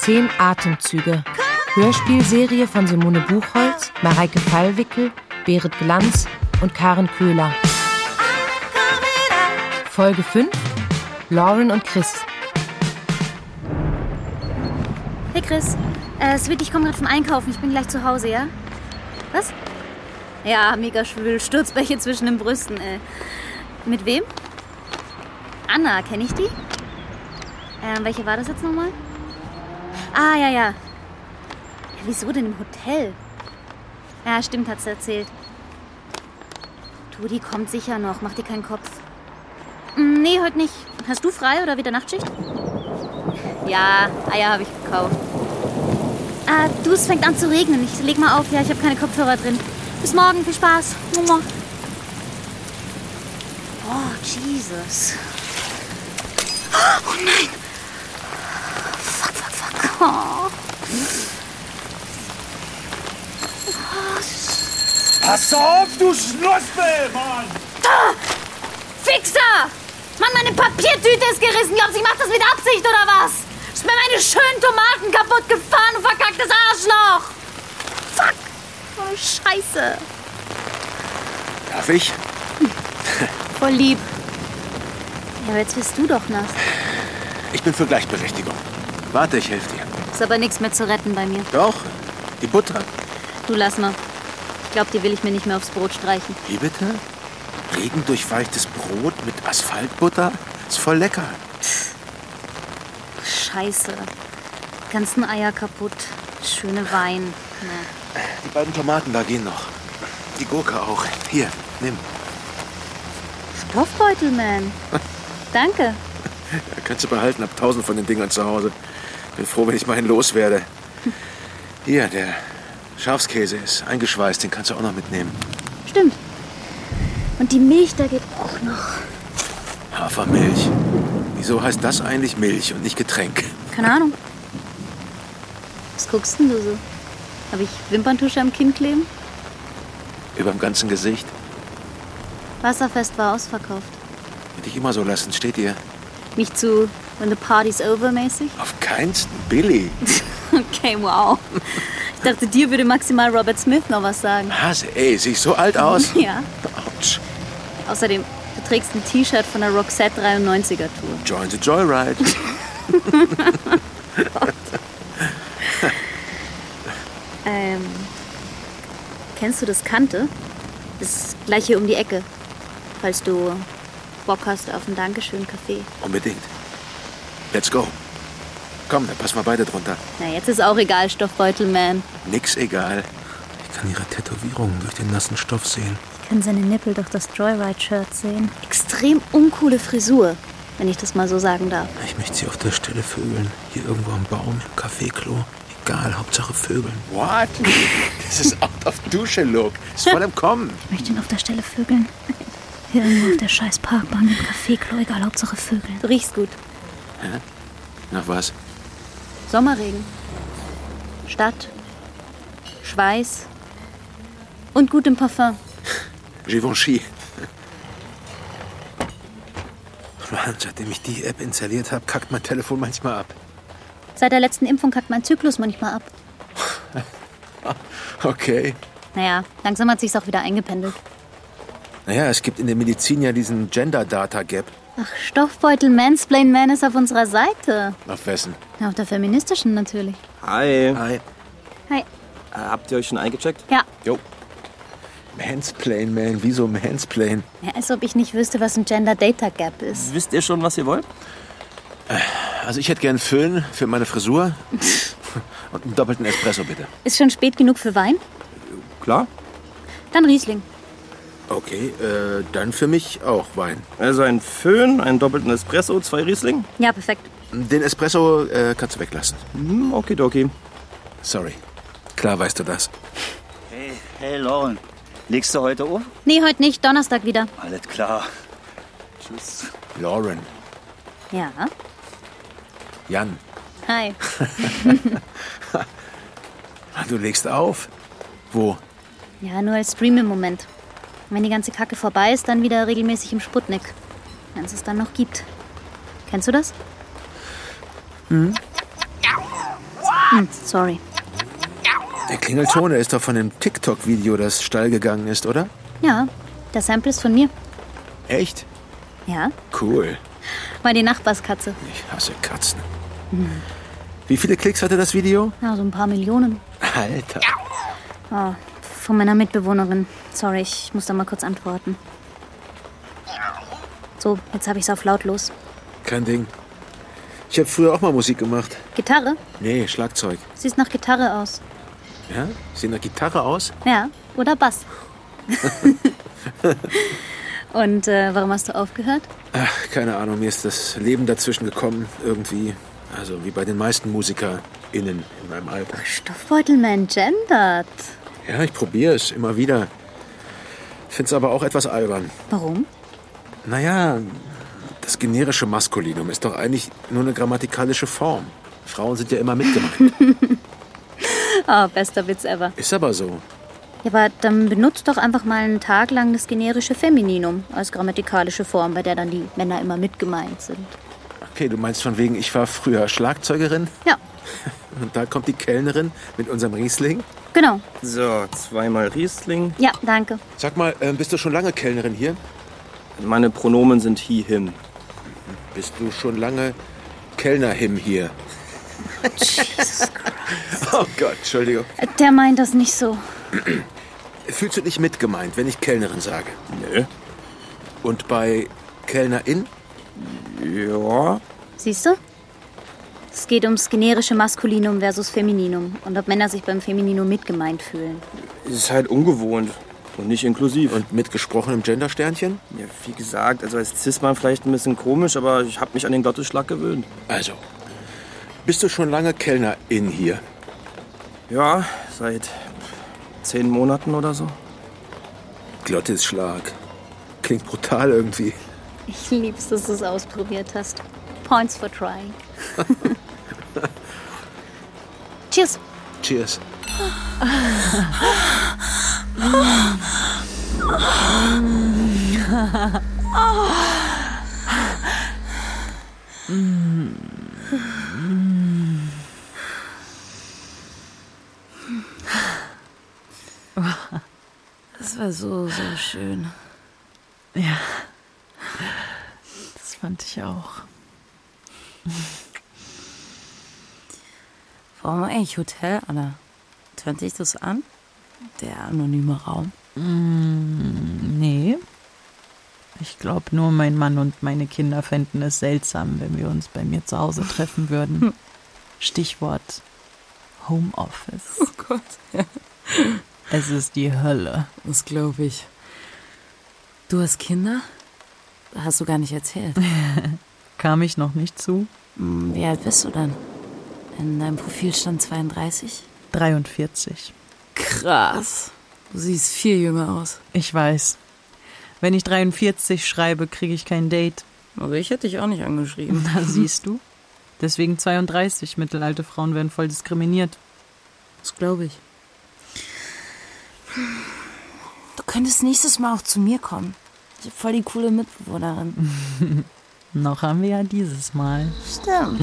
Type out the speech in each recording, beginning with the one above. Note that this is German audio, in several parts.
10 Atemzüge. Hörspielserie von Simone Buchholz, Mareike Fallwickel, Berit Glanz und Karen Köhler. Folge 5: Lauren und Chris. Hey Chris, Sweet, ich komme gerade vom Einkaufen. Ich bin gleich zu Hause, ja? Was? Ja, mega schwül. Sturzbäche zwischen den Brüsten, ey. Mit wem? Anna, kenne ich die? Welche war das jetzt nochmal? Ah, ja. Wieso denn im Hotel? Ja, stimmt, hat sie erzählt. Du, die kommt sicher noch. Mach dir keinen Kopf. Nee, heute nicht. Hast du frei oder wieder Nachtschicht? Ja, Eier habe ich gekauft. Du, es fängt an zu regnen. Ich leg mal auf. Ja, ich habe keine Kopfhörer drin. Bis morgen. Viel Spaß. Oh, Jesus. Oh nein. Fuck. Oh. Pass auf, du Schnuspel, Mann! Fixer! Mann, meine Papiertüte ist gerissen. Glaubst du, ich mach das mit Absicht, oder was? Ist mir meine schönen Tomaten kaputt gefahren, du verkacktes Arschloch! Fuck! Oh, Scheiße. Darf ich? Voll lieb. Ja, aber jetzt wirst du doch nass. Ich bin für Gleichberechtigung. Warte, ich helfe dir. Ist aber nichts mehr zu retten bei mir. Doch, die Butter. Du, lass mal. Ich glaube, die will ich mir nicht mehr aufs Brot streichen. Wie bitte? Regendurchweichtes Brot mit Asphaltbutter? Ist voll lecker. Scheiße. Die ganzen Eier kaputt. Schöne Wein. Nee. Die beiden Tomaten da gehen noch. Die Gurke auch. Hier, nimm. Stoffbeutelman. Danke. Ja, kannst du behalten. Hab 1000 von den Dingern zu Hause. Bin froh, wenn ich meinen loswerde. Hier, der Schafskäse ist eingeschweißt. Den kannst du auch noch mitnehmen. Stimmt. Und die Milch, da geht auch noch. Hafermilch. Wieso heißt das eigentlich Milch und nicht Getränk? Keine Ahnung. Was guckst denn du so? Habe ich Wimperntusche am Kinn kleben? Überm ganzen Gesicht. Wasserfest war ausverkauft. Hätte ich immer so lassen, steht dir. Nicht zu when the party's over mäßig? Auf keinsten, Billy. Okay, wow. Ich dachte, dir würde maximal Robert Smith noch was sagen. Hase, ey, sehe ich so alt aus? Ja. Autsch. Außerdem, du trägst ein T-Shirt von der Roxette 93er Tour. Join the Joyride. Kennst du das Kante? Das ist gleich hier um die Ecke. Falls du Bock hast auf einen Dankeschön-Kaffee. Unbedingt. Let's go. Komm, dann passen wir beide drunter. Na, jetzt ist auch egal, Stoffbeutelman. Nix egal. Ich kann ihre Tätowierungen durch den nassen Stoff sehen. Ich kann seine Nippel durch das Joyride-Shirt sehen. Extrem uncoole Frisur, wenn ich das mal so sagen darf. Ich möchte sie auf der Stelle vögeln. Hier irgendwo am Baum, im Kaffeeklo. Egal, Hauptsache Vögeln. What? Das ist Out-of-Dusche-Look. Ist voll im Kommen. Ich möchte ihn auf der Stelle vögeln. Hier irgendwo auf der scheiß Parkbank, im Kaffeeklo. Egal, Hauptsache Vögeln. Du riechst gut. Hä? Nach was? Sommerregen. Stadt. Schweiß. Und gutem Parfum. Givenchy. Mann, seitdem ich die App installiert habe, kackt mein Telefon manchmal ab. Seit der letzten Impfung kackt mein Zyklus manchmal ab. Okay. Naja, langsam hat sich's auch wieder eingependelt. Naja, es gibt in der Medizin ja diesen Gender Data Gap. Ach, Stoffbeutel Mansplain Man ist auf unserer Seite. Auf wessen? Ja, auf der feministischen natürlich. Hi. Hi. Hi. Habt ihr euch schon eingecheckt? Ja. Jo. Mansplain, man. Wieso Mansplain? Ja, als ob ich nicht wüsste, was ein Gender Data Gap ist. Wisst ihr schon, was ihr wollt? Also ich hätte gern einen Föhn für meine Frisur. Und einen doppelten Espresso, bitte. Ist schon spät genug für Wein? Klar. Dann Riesling. Okay, dann für mich auch Wein. Also ein Föhn, einen doppelten Espresso, 2 Riesling. Ja, perfekt. Den Espresso kannst du weglassen. Okidoki. Sorry. Klar weißt du das. Hey Lauren, legst du heute auf? Nee, heute nicht. Donnerstag wieder. Alles klar. Tschüss. Lauren. Ja. Jan. Hi. Du legst auf. Wo? Ja, nur als Stream im Moment. Und wenn die ganze Kacke vorbei ist, dann wieder regelmäßig im Sputnik. Wenn es es dann noch gibt. Kennst du das? Sorry. Der Klingelton, der ist doch von dem TikTok-Video, das steil gegangen ist, oder? Ja, der Sample ist von mir. Echt? Ja, Cool. war die Nachbarskatze. Ich hasse Katzen. Wie viele Klicks hatte das Video? Ja, so ein paar Millionen. Alter. Oh, von meiner Mitbewohnerin. Sorry, ich muss da mal kurz antworten. So, jetzt habe ich es auf lautlos. Kein Ding. Ich habe früher auch mal Musik gemacht. Gitarre? Nee, Schlagzeug. Siehst nach Gitarre aus. Ja? Sieht eine Gitarre aus? Ja, oder Bass. Und warum hast du aufgehört? Ach, keine Ahnung, mir ist das Leben dazwischen gekommen, irgendwie. Also wie bei den meisten MusikerInnen in meinem Alter. Stoffbeutelman gendert. Ja, ich probiere es immer wieder. Find's aber auch etwas albern. Warum? Naja, das generische Maskulinum ist doch eigentlich nur eine grammatikalische Form. Frauen sind ja immer mitgemeint. Oh, bester Witz ever. Ist aber so. Ja, aber dann benutzt doch einfach mal einen Tag lang das generische Femininum als grammatikalische Form, bei der dann die Männer immer mitgemeint sind. Okay, du meinst von wegen, ich war früher Schlagzeugerin Ja, und da kommt die Kellnerin mit unserem Riesling. genau. So, 2-mal Riesling. Ja, danke. Sag mal, bist du schon lange Kellnerin hier? Meine Pronomen sind he, him. Bist du schon lange Kellner-Him hier? Jesus Christ. Oh Gott, Entschuldigung. Der meint das nicht so. Fühlst du dich mitgemeint, wenn ich Kellnerin sage? Nö. Und bei Kellnerin? Ja. Siehst du? Es geht ums generische Maskulinum versus Femininum und ob Männer sich beim Femininum mitgemeint fühlen. Ist halt ungewohnt und nicht inklusiv. Und mit gesprochenem Gendersternchen? Ja, wie gesagt, also als Cis-Mann vielleicht ein bisschen komisch, aber ich habe mich an den Glottisschlag gewöhnt. Also, bist du schon lange Kellnerin hier? Ja, seit 10 Monaten oder so. Glottisschlag. Klingt brutal irgendwie. Ich lieb's, dass du es ausprobiert hast. Points for trying. Cheers. Cheers. Das war so schön. Ja, das fand ich auch. Brauchen wir eigentlich Hotel, Anna? Tönt sich das an? Der anonyme Raum? Nee. Ich glaube, nur mein Mann und meine Kinder fänden es seltsam, wenn wir uns bei mir zu Hause treffen würden. Stichwort Homeoffice. Oh Gott, ja. Es ist die Hölle. Das glaube ich. Du hast Kinder? Hast du gar nicht erzählt. Kam ich noch nicht zu? Wie alt bist du denn? In deinem Profil stand 32? 43. Krass. Du siehst viel jünger aus. Ich weiß. Wenn ich 43 schreibe, kriege ich kein Date. Aber ich hätte dich auch nicht angeschrieben. Na, siehst du? Deswegen 32. Mittelalte Frauen werden voll diskriminiert. Das glaube ich. Du könntest nächstes Mal auch zu mir kommen. Ich habe voll die coole Mitbewohnerin. Noch haben wir ja dieses Mal. Stimmt.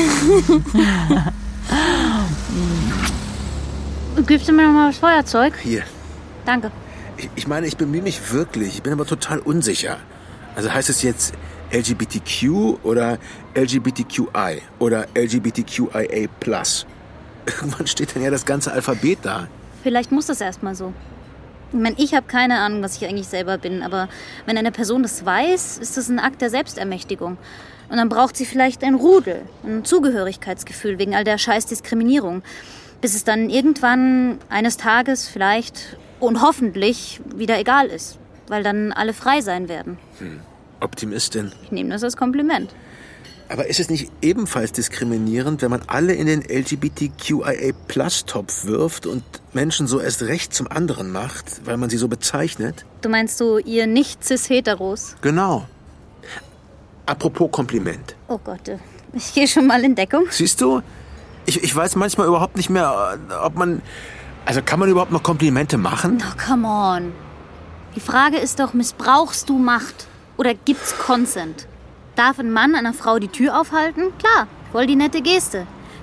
Gibst du mir noch mal das Feuerzeug? Hier. Danke. Ich meine, ich bemühe mich wirklich. Ich bin aber total unsicher. Also heißt es jetzt LGBTQ oder LGBTQI oder LGBTQIA+. Irgendwann steht dann ja das ganze Alphabet da. Vielleicht muss das erstmal so. Ich meine, ich habe keine Ahnung, was ich eigentlich selber bin, aber wenn eine Person das weiß, ist das ein Akt der Selbstermächtigung. Und dann braucht sie vielleicht ein Rudel, ein Zugehörigkeitsgefühl wegen all der scheiß Diskriminierung. Bis es dann irgendwann eines Tages vielleicht und hoffentlich wieder egal ist, weil dann alle frei sein werden. Optimistin. Ich nehme das als Kompliment. Aber ist es nicht ebenfalls diskriminierend, wenn man alle in den LGBTQIA+-Topf wirft und Menschen so erst recht zum anderen macht, weil man sie so bezeichnet? Du meinst so, ihr nicht-cis-Heteros? Genau. Apropos Kompliment. Oh Gott, ich gehe schon mal in Deckung. Siehst du, ich weiß manchmal überhaupt nicht mehr, ob man... Also kann man überhaupt noch Komplimente machen? Oh, come on. Die Frage ist doch, missbrauchst du Macht? Oder gibt's Consent? Darf ein Mann einer Frau die Tür aufhalten? Klar, voll die nette Geste.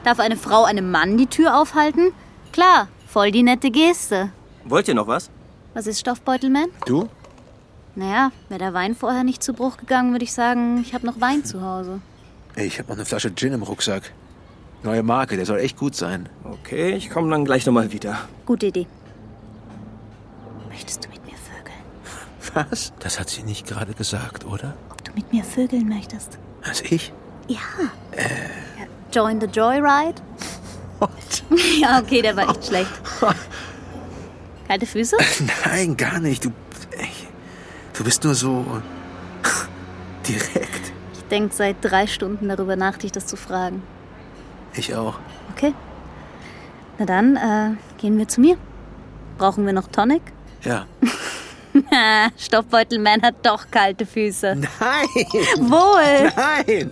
Darf eine Frau einem Mann die Tür aufhalten? Klar, voll die nette Geste. Wollt ihr noch was? Was ist Stoffbeutelman? Du? Naja, wäre der Wein vorher nicht zu Bruch gegangen, würde ich sagen, ich habe noch Wein zu Hause. Ey, ich habe noch eine Flasche Gin im Rucksack. Neue Marke, der soll echt gut sein. Okay, ich komme dann gleich nochmal wieder. Gute Idee. Möchtest du mit mir vögeln? Was? Das hat sie nicht gerade gesagt, oder? Ob du mit mir vögeln möchtest? Was, ich? Ja. Join the Joyride? What? Ja, okay, der war echt schlecht. Kalte Füße? Nein, gar nicht. Du bist nur so direkt. Ich denke seit 3 Stunden darüber nach, dich das zu fragen. Ich auch. Okay. Na dann, gehen wir zu mir. Brauchen wir noch Tonic? Ja. Stoffbeutelman hat doch kalte Füße. Nein! Wohl! Nein!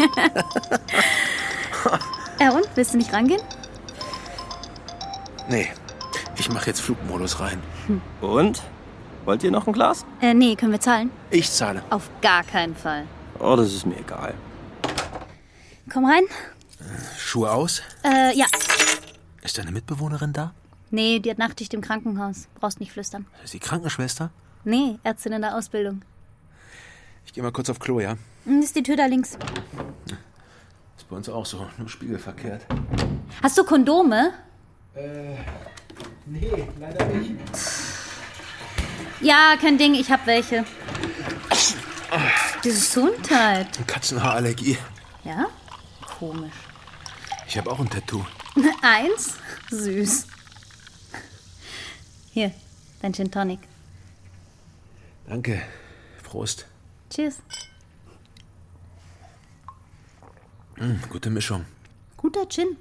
Und? Willst du nicht rangehen? Nee, ich mache jetzt Flugmodus rein. Und? Wollt ihr noch ein Glas? Nee, können wir zahlen? Ich zahle. Auf gar keinen Fall. Oh, das ist mir egal. Komm rein. Schuhe aus? Ja. Ist deine Mitbewohnerin da? Nee, die hat Nachtschicht im Krankenhaus. Brauchst nicht flüstern. Ist die Krankenschwester? Nee, Ärztin in der Ausbildung. Ich gehe mal kurz auf Klo, ja? Ist die Tür da links. Ist bei uns auch so, nur spiegelverkehrt. Hast du Kondome? Nee, leider nicht. Ja, kein Ding, ich hab welche. Gesundheit. Katzenhaarallergie. Ja? Komisch. Ich habe auch ein Tattoo. 1? Süß. Hier, dein Gin Tonic. Danke. Prost. Cheers. Gute Mischung. Guter Gin.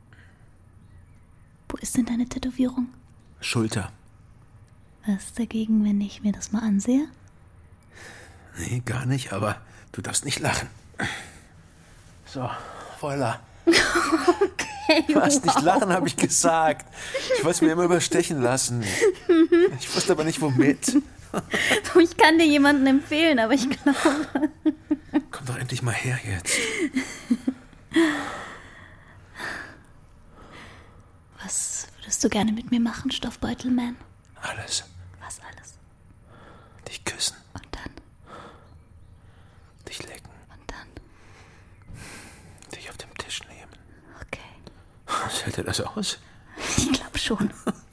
Wo ist denn deine Tätowierung? Schulter. Was dagegen, wenn ich mir das mal ansehe? Nee, gar nicht, aber du darfst nicht lachen. So, voila. Hey, Was, nicht lachen, habe ich gesagt. Ich wollte es mir immer überstechen lassen. Ich wusste aber nicht, womit. Ich kann dir jemanden empfehlen, aber ich glaube... Komm doch endlich mal her jetzt. Was würdest du gerne mit mir machen, Stoffbeutelman? Alles. Was alles? Dich küssen, Und dann? dich lecken, Und dann? dich auf dem Tisch nehmen. Okay. Was hält dir das aus? Ich glaube schon.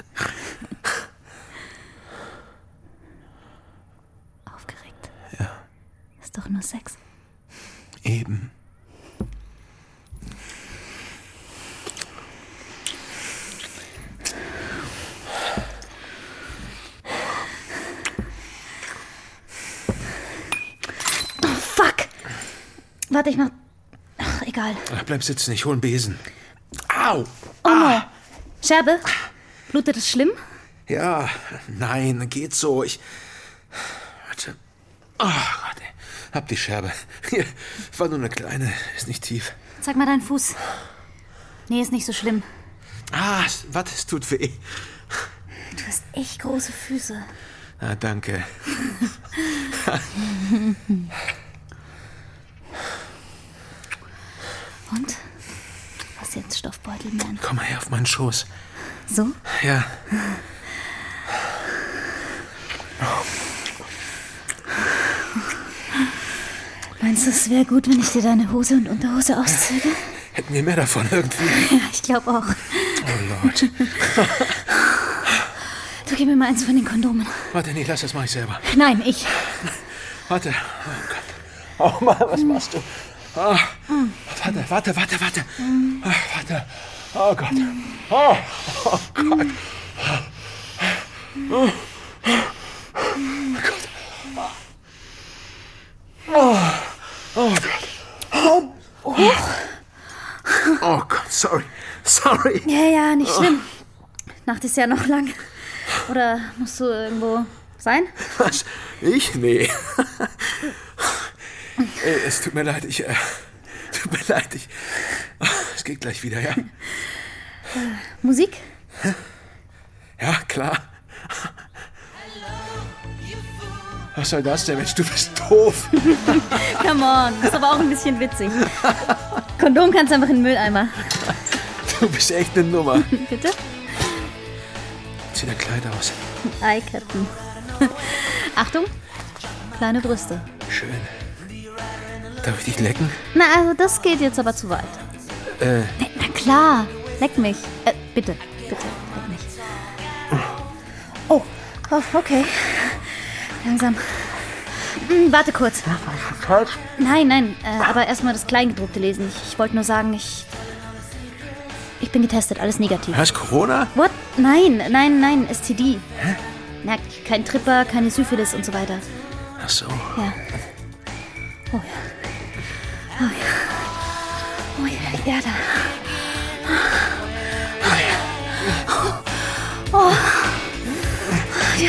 Aufgeregt? Ja, Ist doch nur Sex. eben. Fuck! Warte, ich mach... Ach, egal. Ach, bleib sitzen, ich hol einen Besen. Au! Oh no. Scherbe? Blutet es schlimm? Ja, nein, geht so. Warte. Oh Gott, ey. Hab die Scherbe. Hier, war nur eine kleine, ist nicht tief. Zeig mal deinen Fuß. Nee, ist nicht so schlimm. Ah, warte, es tut weh. Du hast echt große Füße. Ah, danke. Und? Was jetzt, Stoffbeutelman? Komm mal her auf meinen Schoß. So? Ja. Meinst du, es wäre gut, wenn ich dir deine Hose und Unterhose auszöge? Hätten wir mehr davon irgendwie. Ja, ich glaube auch. Oh Lord. Du, gib mir mal eins von den Kondomen. Warte, nee, lass das mach ich selber. Nein, ich. Warte. Oh Gott. Oh Mann, was machst du? Oh. Warte. Oh, warte. Oh Gott. Oh Gott. Oh Gott. Oh Gott. Oh Gott, sorry. Ja, nicht schlimm. Nacht ist ja noch lang. Oder musst du irgendwo sein? Was? Ich? Nee. Ey, es tut mir leid, es geht gleich wieder, ja? Musik? Ja, klar. Was soll das denn, Mensch? Du bist doof. Come on, ist aber auch ein bisschen witzig. Kondom kannst du einfach in den Mülleimer. Du bist echt eine Nummer. Bitte? Zieh dein Kleid aus. Ei, Captain. Achtung, kleine Brüste. Schön. Darf ich dich lecken? Na, also das geht jetzt aber zu weit. Na klar, leck mich. Bitte, leck mich. Oh, okay. Langsam. Warte kurz. Nein, aber erstmal das Kleingedruckte lesen. Ich wollte nur sagen, ich bin getestet, alles negativ. Hast du Corona? What? Nein, STD. Hä? Na, kein Tripper, keine Syphilis und so weiter. Ach so. Ja. Oh ja. Ja, da. Oh. Ja.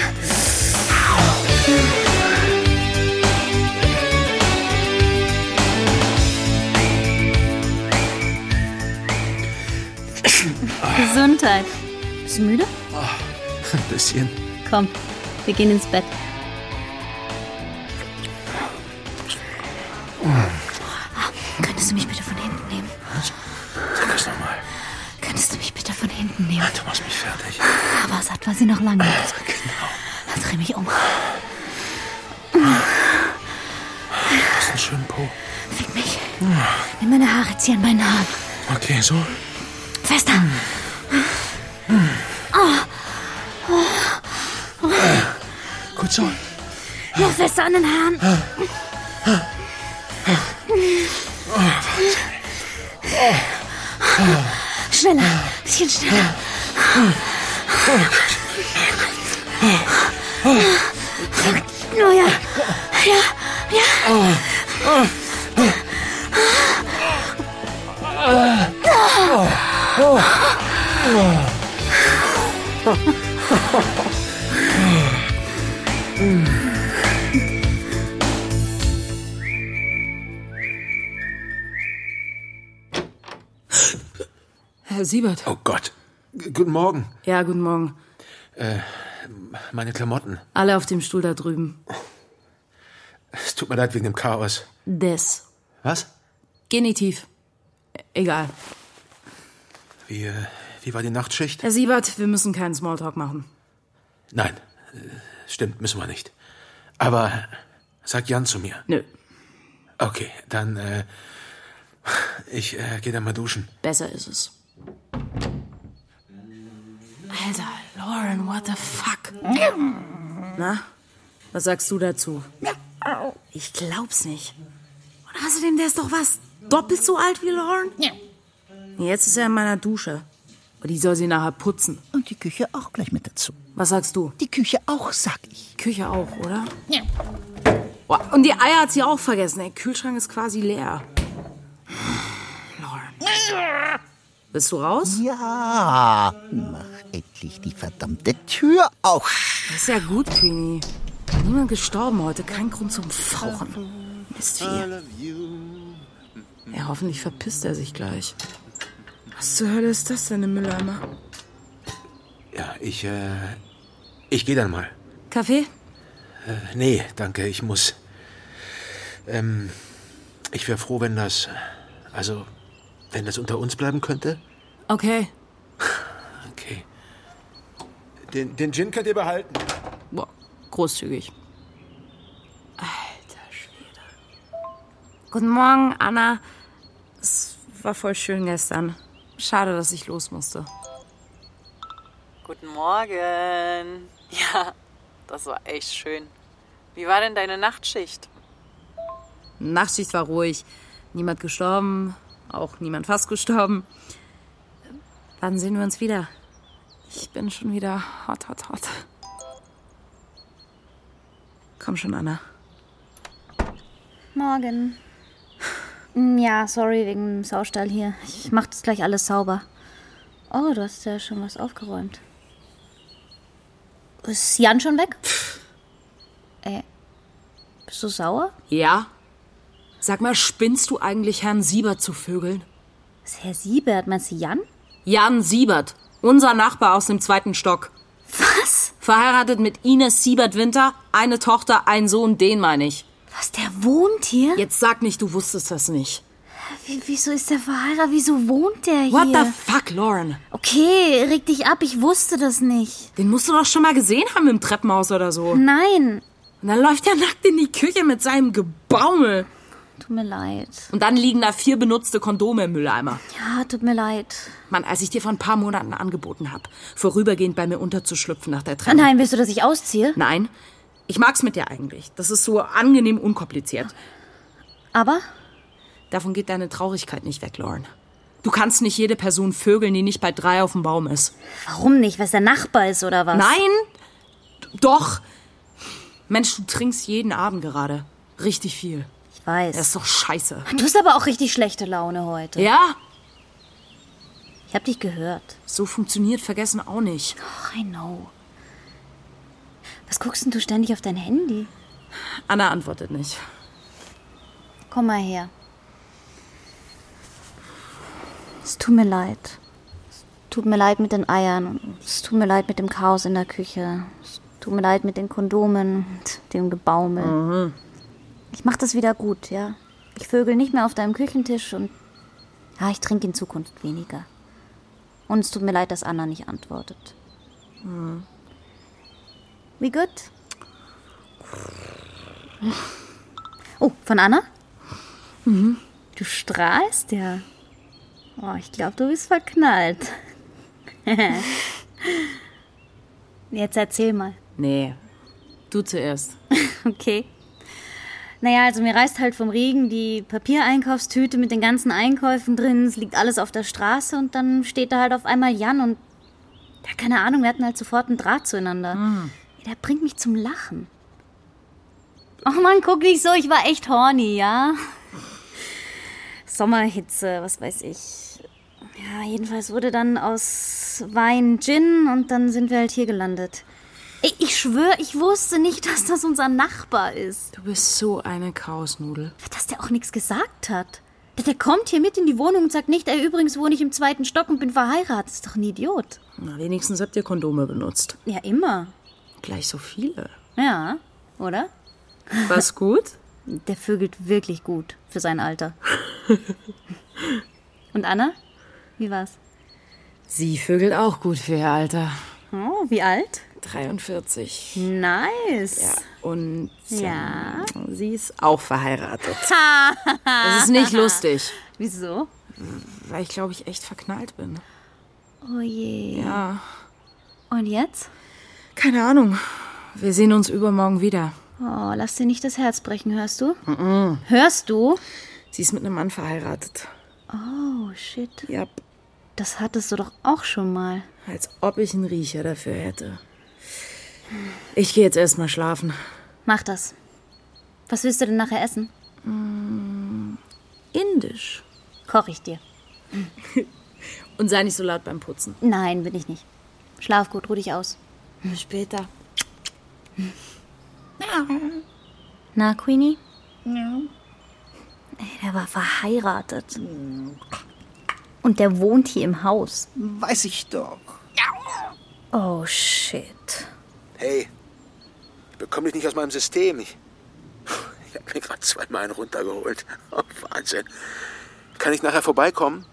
Gesundheit. Bist du müde? Ein bisschen. Komm, wir gehen ins Bett. Könntest du mich bitte von hinten nehmen? Sag das nochmal. Könntest du mich bitte von hinten nehmen? Du machst mich fertig. Aber satt war sie noch lange nicht. Genau. Dann dreh mich um. Du hast einen schönen Po. Fick mich. Nimm meine Haare, zieh an meinen Haaren. Okay, so. Fester. Gut so. Noch fester an den Haaren. Schneller. Bisschen schneller. Oh ja. Herr Siebert. Oh Gott. Guten Morgen. Ja, guten Morgen. Meine Klamotten. Alle auf dem Stuhl da drüben. Es tut mir leid wegen dem Chaos. Des. Was? Genitiv. Egal. Wie war die Nachtschicht? Herr Siebert, wir müssen keinen Smalltalk machen. Nein. Stimmt, müssen wir nicht. Aber sag Jan zu mir. Nö, Okay, dann, ich gehe dann mal duschen. besser ist es. Alter, Lauren, what the fuck? Na, was sagst du dazu? Ich glaub's nicht. Und außerdem, der ist doch was? Doppelt so alt wie Lauren? Jetzt ist er in meiner Dusche. Und die soll sie nachher putzen. Und die Küche auch gleich mit dazu. Was sagst du? Die Küche auch, sag ich. Küche auch, oder? Ja. Oh, und die Eier hat sie auch vergessen. Der Kühlschrank ist quasi leer. Lauren. Bist du raus? Ja, mach endlich die verdammte Tür auf. Das ist ja gut, Queenie. Niemand gestorben heute. Kein Grund zum Fauchen. Mistvieh. Ja, hoffentlich verpisst er sich gleich. Was zur Hölle ist das denn im Mülleimer? Ja, ich gehe dann mal. Kaffee? Nee, danke, ich muss. Ich wäre froh, wenn das unter uns bleiben könnte. Okay. Okay. Den Gin könnt ihr behalten. Boah, großzügig. Alter Schwede. Guten Morgen, Anna. Es war voll schön gestern. Schade, dass ich los musste. Guten Morgen. Ja, das war echt schön. Wie war denn deine Nachtschicht? Nachtschicht war ruhig. Niemand gestorben. Auch niemand fast gestorben. Wann sehen wir uns wieder? Ich bin schon wieder hot. Komm schon, Anna. Morgen. Ja, sorry wegen dem Saustall hier. Ich mach das gleich alles sauber. Oh, du hast ja schon was aufgeräumt. Ist Jan schon weg? Bist du sauer? Ja? Sag mal, spinnst du eigentlich, Herrn Siebert zu vögeln? Was ist Herr Siebert? Meinst du Jan? Jan Siebert, unser Nachbar aus dem 2. Stock. Was? Verheiratet mit Ines Siebert-Winter, eine Tochter, ein Sohn, den meine ich. Was, der wohnt hier? Jetzt sag nicht, du wusstest das nicht. Wieso ist der verheiratet? Wieso wohnt der hier? What the fuck, Lauren? Okay, reg dich ab, ich wusste das nicht. Den musst du doch schon mal gesehen haben im Treppenhaus oder so. Nein. Und dann läuft er nackt in die Küche mit seinem Gebaumel. Tut mir leid. Und dann liegen da 4 benutzte Kondome im Mülleimer. Ja, tut mir leid. Mann, als ich dir vor ein paar Monaten angeboten habe, vorübergehend bei mir unterzuschlüpfen nach der Trennung. Nein, willst du, dass ich ausziehe? Nein, ich mag's mit dir eigentlich. Das ist so angenehm unkompliziert. Aber? Davon geht deine Traurigkeit nicht weg, Lauren. Du kannst nicht jede Person vögeln, die nicht bei 3 auf dem Baum ist. Warum nicht? Weil es der Nachbar ist, oder was? Nein, doch. Mensch, du trinkst jeden Abend gerade. Richtig viel. Ich weiß. Das ist doch scheiße. Du hast aber auch richtig schlechte Laune heute. Ja? Ich hab dich gehört. So funktioniert Vergessen auch nicht. Oh, I know. Was guckst denn du ständig auf dein Handy? Anna antwortet nicht. Komm mal her. Es tut mir leid. Es tut mir leid mit den Eiern. Es tut mir leid mit dem Chaos in der Küche. Es tut mir leid mit den Kondomen und dem Gebaumel. Mhm. Ich mach das wieder gut, ja. Ich vögel nicht mehr auf deinem Küchentisch und ja, ich trinke in Zukunft weniger. Und es tut mir leid, dass Anna nicht antwortet. Mhm. Wie gut? Oh, von Anna? Mhm. Du strahlst ja. Oh, ich glaube, du bist verknallt. Jetzt erzähl mal. Nee, du zuerst. Okay. Naja, also mir reißt halt vom Regen die Papiereinkaufstüte mit den ganzen Einkäufen drin. Es liegt alles auf der Straße und dann steht da halt auf einmal Jan und ja, keine Ahnung, wir hatten halt sofort einen Draht zueinander. Ja, der bringt mich zum Lachen. Oh Mann, guck nicht so, ich war echt horny, ja? Sommerhitze, was weiß ich. Ja, jedenfalls wurde dann aus Wein Gin und dann sind wir halt hier gelandet. Ich schwöre, ich wusste nicht, dass das unser Nachbar ist. Du bist so eine Chaosnudel. Dass der auch nichts gesagt hat. Der kommt hier mit in die Wohnung und sagt nicht, ey, übrigens wohne ich im 2. Stock und bin verheiratet. Ist doch ein Idiot. Na, wenigstens habt ihr Kondome benutzt. Ja, immer. Gleich so viele. Ja, oder? War's gut? Der vögelt wirklich gut für sein Alter. Und Anna? Wie war's? Sie vögelt auch gut für ihr Alter. Oh, wie alt? 43. Nice. Ja, und Ja. sie ist auch verheiratet. Das ist nicht lustig, Wieso? weil ich, glaube ich, echt verknallt bin. Oh je. Ja, Und jetzt? keine Ahnung. Wir sehen uns übermorgen wieder. Oh, lass dir nicht das Herz brechen, hörst du? Hörst du? Sie ist mit einem Mann verheiratet. Oh, shit. Ja, Das hattest du doch auch schon mal. als ob ich einen Riecher dafür hätte. Ich gehe jetzt erstmal schlafen. Mach das. Was willst du denn nachher essen? Indisch. Koch ich dir. Und sei nicht so laut beim Putzen. Nein, bin ich nicht. Schlaf gut, ruh dich aus. Bis später. Na, Queenie? Ja. Ey, der war verheiratet. Und der wohnt hier im Haus. Weiß ich doch. Oh, shit. Hey, ich bekomme dich nicht aus meinem System. Ich habe mir gerade 2-mal einen runtergeholt. Oh, Wahnsinn. Kann ich nachher vorbeikommen?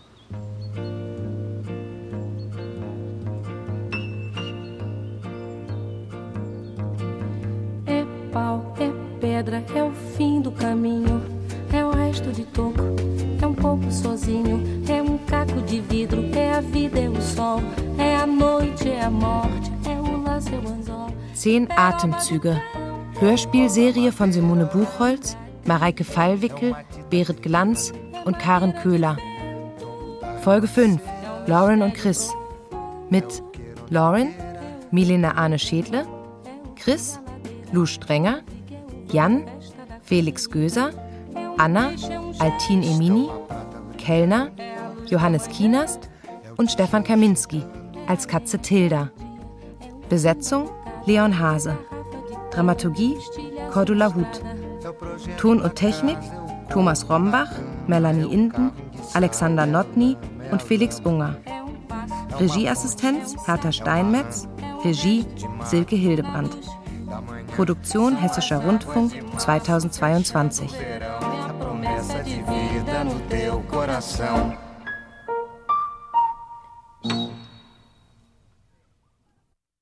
É pau, é pedra, é o fim do caminho. É o resto de toco, é pouco sozinho. É caco de vidro, é a vida, é o sol. É a noite, é a morte, é o laço, é o anzol. 10 Atemzüge. Hörspielserie von Simone Buchholz, Mareike Fallwickel, Berit Glanz und Karen Köhler. Folge 5. Lauren und Chris. Mit Lauren, Milena Arne Schädle, Chris, Lou Strenger, Jan, Felix Göser, Anna, Altin Emini, Kellner, Johannes Kienast und Stefan Kaminski als Katze Tilda. Besetzung Leon Hase. Dramaturgie Cordula Huth. Ton und Technik Thomas Rombach, Melanie Inden, Alexander Notny und Felix Unger. Regieassistenz Hertha Steinmetz. Regie Silke Hildebrandt. Produktion Hessischer Rundfunk 2022. Promessa de vida. no teu coração.